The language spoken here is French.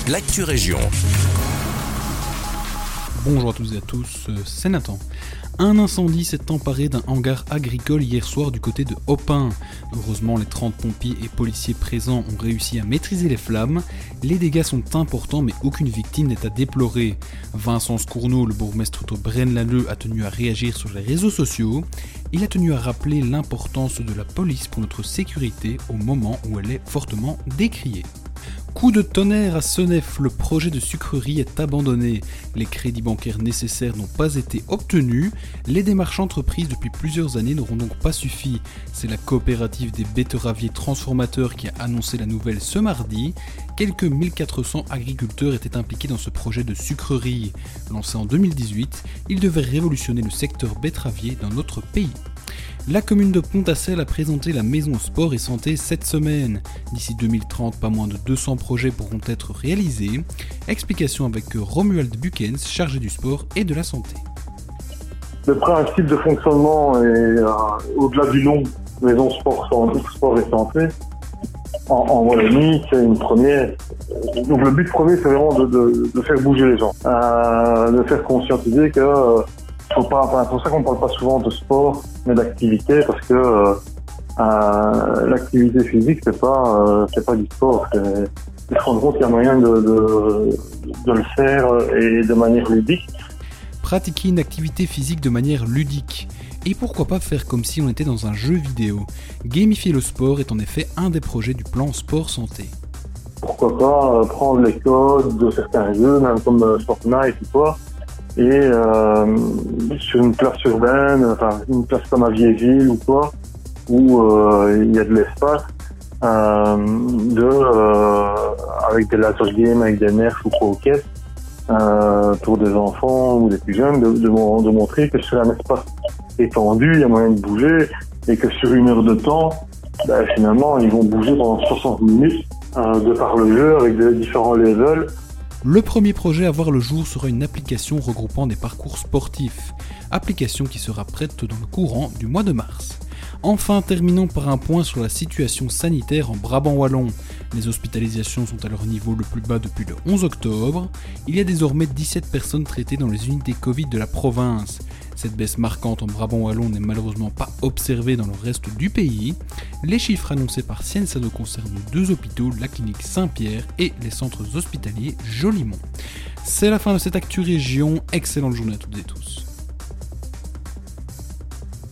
l'actu région. Bonjour à tous et à tous, c'est Nathan. Un incendie s'est emparé d'un hangar agricole hier soir du côté de Hopin. Heureusement, les 30 pompiers et policiers présents ont réussi à maîtriser les flammes. Les dégâts sont importants mais aucune victime n'est à déplorer. Vincent Scourneau, le bourgmestre de Braine-l'Alleud, a tenu à réagir sur les réseaux sociaux. Il a tenu à rappeler l'importance de la police pour notre sécurité au moment où elle est fortement décriée. Coup de tonnerre à Senef, le projet de sucrerie est abandonné. Les crédits bancaires nécessaires n'ont pas été obtenus. Les démarches entreprises depuis plusieurs années n'auront donc pas suffi. C'est la coopérative des betteraviers transformateurs qui a annoncé la nouvelle ce mardi. Quelques 1400 agriculteurs étaient impliqués dans ce projet de sucrerie. Lancé en 2018, il devait révolutionner le secteur betteravier dans notre pays. La commune de Pontassel a présenté la maison sport et santé cette semaine. D'ici 2030, pas moins de 200 projets pourront être réalisés. Explication avec Romuald Bukens, chargé du sport et de la santé. Le principe de fonctionnement est au-delà du nom maison sport et santé. En Wallonie, c'est une première. Donc le but premier, c'est vraiment de faire bouger les gens, de faire conscientiser que c'est pour ça qu'on ne parle pas souvent de sport, mais d'activité, parce que l'activité physique, c'est pas du sport. Il se rendre compte qu'il y a moyen de le faire et de manière ludique. Pratiquer une activité physique de manière ludique. Et pourquoi pas faire comme si on était dans un jeu vidéo. Gamifier le sport est en effet un des projets du plan Sport Santé. Pourquoi pas prendre les codes de certains jeux, même comme Fortnite ou quoi, et sur une place urbaine, enfin une place comme à Vieilleville ou quoi, où il y a de l'espace, avec des laser games, avec des nerfs ou croquettes, pour des enfants ou des plus jeunes, de montrer que sur un espace étendu, il y a moyen de bouger, et que sur une heure de temps, finalement, ils vont bouger pendant 60 minutes, de par le jeu, avec des différents levels. Le premier projet à voir le jour sera une application regroupant des parcours sportifs, application qui sera prête dans le courant du mois de mars. Enfin, terminons par un point sur la situation sanitaire en Brabant wallon. Les hospitalisations sont à leur niveau le plus bas depuis le 11 octobre. Il y a désormais 17 personnes traitées dans les unités Covid de la province. Cette baisse marquante en Brabant wallon n'est malheureusement pas observée dans le reste du pays. Les chiffres annoncés par Ciensano concernent 2 hôpitaux, la clinique Saint-Pierre et les centres hospitaliers Jolimont. C'est la fin de cette Actu Région. Excellente journée à toutes et tous.